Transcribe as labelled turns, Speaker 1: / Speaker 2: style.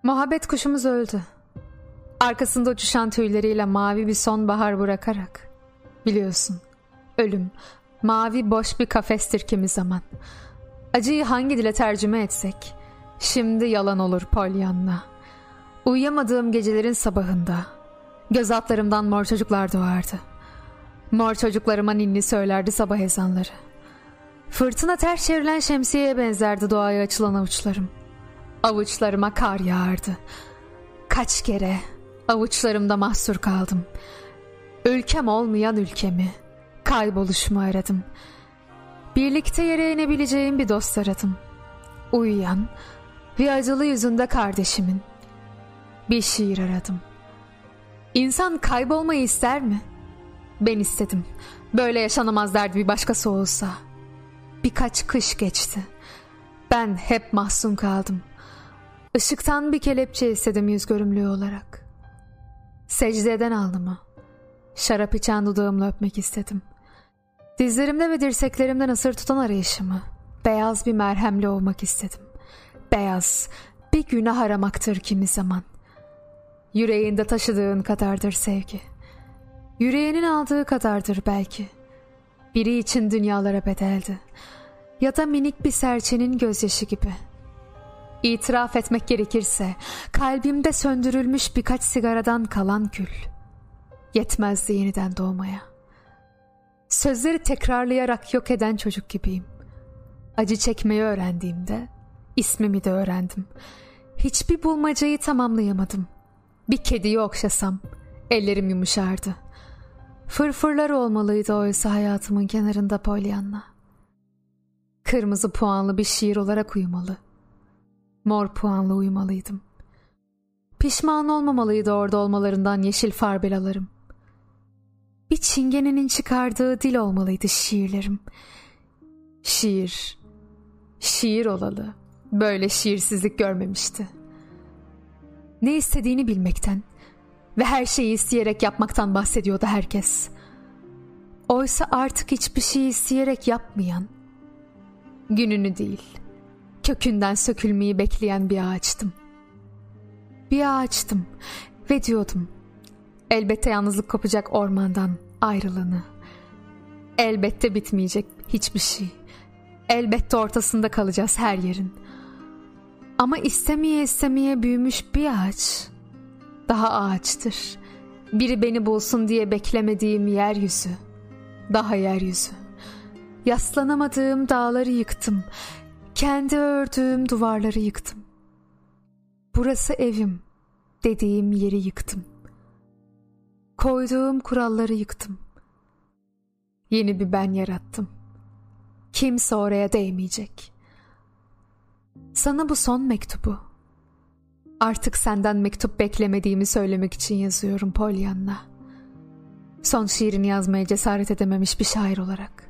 Speaker 1: Muhabbet kuşumuz öldü. Arkasında uçuşan tüyleriyle mavi bir sonbahar bırakarak. Biliyorsun, ölüm, mavi boş bir kafestir kimi zaman. Acıyı hangi dile tercüme etsek, şimdi yalan olur Pollyanna. Uyuyamadığım gecelerin sabahında, göz altlarımdan mor çocuklar doğardı. Mor çocuklarıma ninni söylerdi sabah ezanları. Fırtına ters çevrilen şemsiyeye benzerdi doğaya açılan avuçlarım. Avuçlarıma kar yağardı. Kaç kere avuçlarımda mahsur kaldım. Ülkem olmayan ülkemi, kayboluşumu aradım. Birlikte yere inebileceğim bir dost aradım. Uyuyan ve acılı yüzünde kardeşimin. Bir şiir aradım. İnsan kaybolmayı ister mi? Ben istedim. Böyle yaşanamaz derdi bir başkası olsa. Birkaç kış geçti. Ben hep mahzun kaldım. Işıktan bir kelepçe istedim yüz görümlüğü olarak. Secde eden alnımı, şarap içen dudağımla öpmek istedim. Dizlerimde ve dirseklerimden ısır tutan arayışımı, beyaz bir merhemle olmak istedim. Beyaz, bir günah aramaktır kimi zaman. Yüreğinde taşıdığın kadardır sevgi. Yüreğinin aldığı kadardır belki. Biri için dünyalara bedeldi. Ya da minik bir serçenin gözyaşı gibi. İtiraf etmek gerekirse kalbimde söndürülmüş birkaç sigaradan kalan kül. Yetmezdi yeniden doğmaya. Sözleri tekrarlayarak yok eden çocuk gibiyim. Acı çekmeyi öğrendiğimde ismimi de öğrendim. Hiçbir bulmacayı tamamlayamadım. Bir kediyi okşasam ellerim yumuşardı. Fırfırlar olmalıydı oysa hayatımın kenarında Pollyanna. Kırmızı puanlı bir şiir olarak uyumalı. Mor puanlı uyumalıydım. Pişman olmamalıydı orada olmalarından yeşil farbelalarım. Bir çingenenin çıkardığı dil olmalıydı şiirlerim. Şiir olalı. Böyle şiirsizlik görmemişti. Ne istediğini bilmekten ve her şeyi isteyerek yapmaktan bahsediyordu herkes. Oysa artık hiçbir şey isteyerek yapmayan, gününü değil, kökünden sökülmeyi bekleyen bir ağaçtım. Bir ağaçtım ve diyordum, elbette yalnızlık kopacak ormandan ayrılanı. Elbette bitmeyecek hiçbir şey. Elbette ortasında kalacağız her yerin. Ama istemeye istemeye büyümüş bir ağaç daha ağaçtır. Biri beni bulsun diye beklemediğim yeryüzü, daha yeryüzü. Yaslanamadığım dağları yıktım. Kendi ördüğüm duvarları yıktım. Burası evim dediğim yeri yıktım. Koyduğum kuralları yıktım. Yeni bir ben yarattım. Kimse oraya değmeyecek. Sana bu son mektubu. Artık senden mektup beklemediğimi söylemek için yazıyorum Pollyanna. Son şiirini yazmaya cesaret edememiş bir şair olarak.